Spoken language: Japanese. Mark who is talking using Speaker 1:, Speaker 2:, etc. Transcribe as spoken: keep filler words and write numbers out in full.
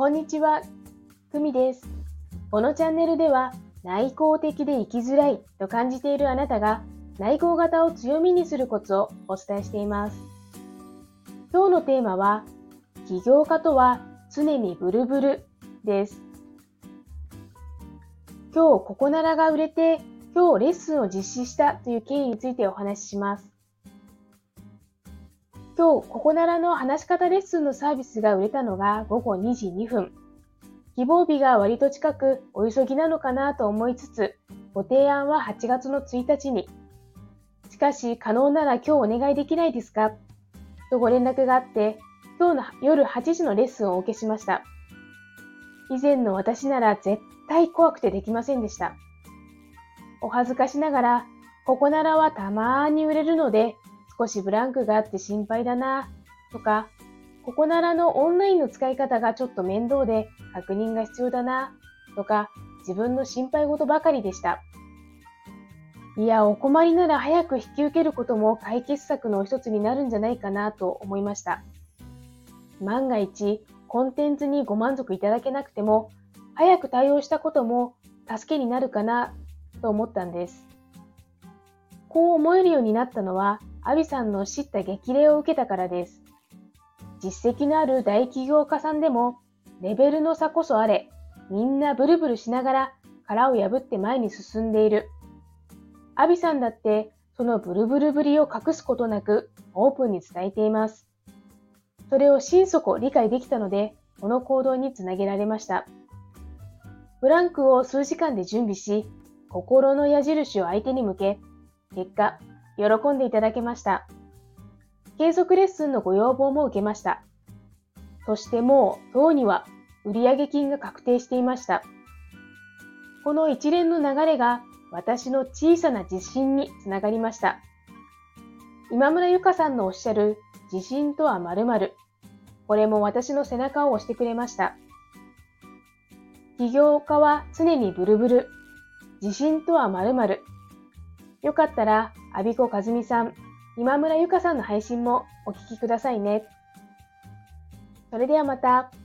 Speaker 1: こんにちは、くみです。このチャンネルでは内向的で生きづらいと感じているあなたが内向型を強みにするコツをお伝えしています。今日のテーマは起業家とは常にブルブルです。今日ココナラが売れて今日レッスンを実施したという経緯についてお話しします。今日ココナラの話し方レッスンのサービスが売れたのがごごにじにふん。希望日が割と近くお急ぎなのかなと思いつつ、ご提案ははちがつのついたちに。しかし可能なら今日お願いできないですかとご連絡があって、今日の夜はちじのレッスンをお受けしました。以前の私なら絶対怖くてできませんでした。お恥ずかしながら、ココナラはたまーに売れるので、少しブランクがあって心配だなとか、ココナラのオンラインの使い方がちょっと面倒で確認が必要だなとか、自分の心配事ばかりでした。いや、お困りなら早く引き受けることも解決策の一つになるんじゃないかなと思いました。万が一、コンテンツにご満足いただけなくても、早く対応したことも助けになるかなと思ったんです。こう思えるようになったのは、アビさんの叱咤激励を受けたからです。実績のある大企業家さんでも、レベルの差こそあれ、みんなブルブルしながら殻を破って前に進んでいる。アビさんだって、そのブルブルぶりを隠すことなくオープンに伝えています。それを心底理解できたので、この行動につなげられました。ブランクを数時間で準備し、心の矢印を相手に向け、結果、喜んでいただけました。継続レッスンのご要望も受けました。そしてもう、当には売上金が確定していました。この一連の流れが私の小さな自信につながりました。今村ゆかさんのおっしゃる自信とは〇〇。これも私の背中を押してくれました。起業家は常にブルブル。自信とは〇〇。よかったら、アビコカズミさん、今村ゆかさんの配信もお聞きくださいね。それではまた。